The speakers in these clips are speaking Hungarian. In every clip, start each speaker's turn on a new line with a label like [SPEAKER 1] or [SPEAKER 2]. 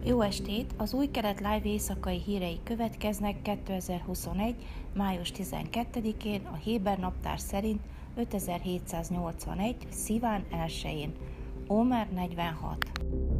[SPEAKER 1] Jó estét! Az Új Kelet Live éjszakai hírei következnek 2021. május 12-én, a Héber naptár szerint 5781. Sziván 1-én. Ómer 46.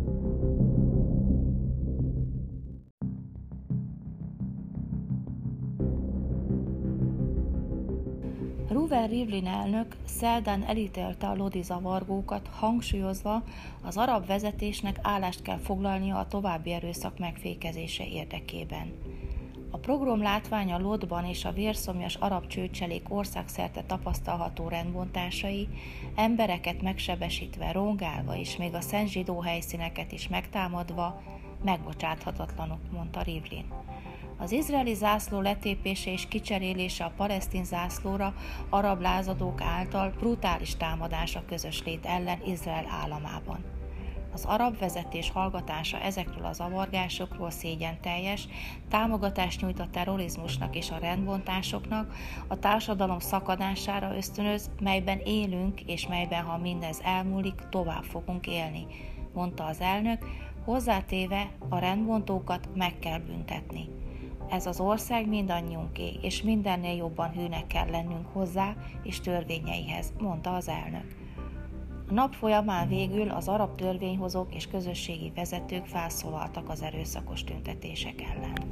[SPEAKER 1] Reuven Rivlin elnök szerdán elítélte a lodi zavargókat, hangsúlyozva, az arab vezetésnek állást kell foglalnia a további erőszak megfékezése érdekében. A pogrom látványa Lodban és a vérszomjas arab csőcselék országszerte tapasztalható rendbontásai, embereket megsebesítve, rongálva és még a szent zsidó helyszíneket is megtámadva megbocsáthatatlanok, mondta Rivlin. Az izraeli zászló letépése és kicserélése a palesztin zászlóra arab lázadók által brutális támadás a közös lét ellen Izrael államában. Az arab vezetés hallgatása ezekről a zavargásokról szégyenteljes, támogatást nyújt a terrorizmusnak és a rendbontásoknak, a társadalom szakadására ösztönöz, melyben élünk és melyben, ha mindez elmúlik, tovább fogunk élni, mondta az elnök, hozzátéve, a rendbontókat meg kell büntetni. Ez az ország mindannyiunké, és mindennél jobban hűnek kell lennünk hozzá és törvényeihez, mondta az elnök. A nap folyamán végül az arab törvényhozók és közösségi vezetők felszólaltak az erőszakos tüntetések ellen.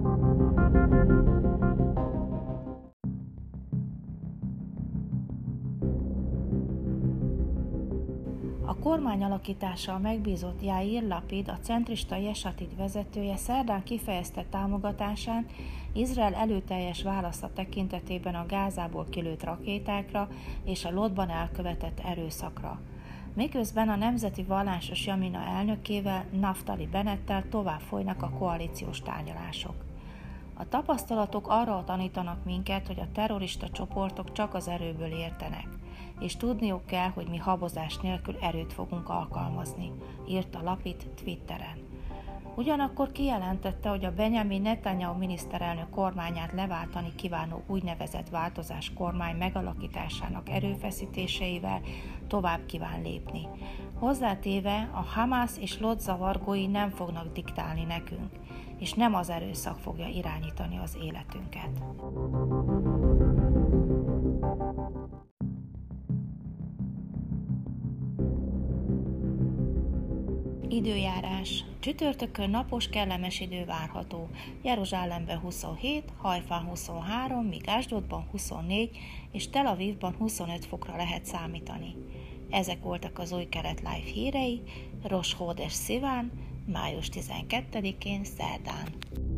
[SPEAKER 1] A kormány alakítással megbízott Yair Lapid, a centrista Yesh Atid vezetője szerdán kifejezte támogatásán Izrael erőteljes válasza tekintetében a Gázából kilőtt rakétákra és a Lodban elkövetett erőszakra. Miközben a Nemzeti Vallásos Jamina elnökével, Naftali Bennettel tovább folynak a koalíciós tárgyalások. A tapasztalatok arra tanítanak minket, hogy a terrorista csoportok csak az erőből értenek, és tudniuk kell, hogy mi habozás nélkül erőt fogunk alkalmazni, írta Lapid Twitteren. Ugyanakkor kijelentette, hogy a Benjamin Netanyahu miniszterelnök kormányát leváltani kívánó úgynevezett változás kormány megalakításának erőfeszítéseivel tovább kíván lépni. Hozzátéve, a Hamász és Lod zavargói nem fognak diktálni nekünk, és nem az erőszak fogja irányítani az életünket. Időjárás. Csütörtökön napos, kellemes idő várható. Jeruzsálemben 27, Hajfán 23, míg Ásdodban 24 és Tel Avivban 25 fokra lehet számítani. Ezek voltak az Új Kelet Live hírei, Rosh Hodesh Sziván, május 12-én szerdán.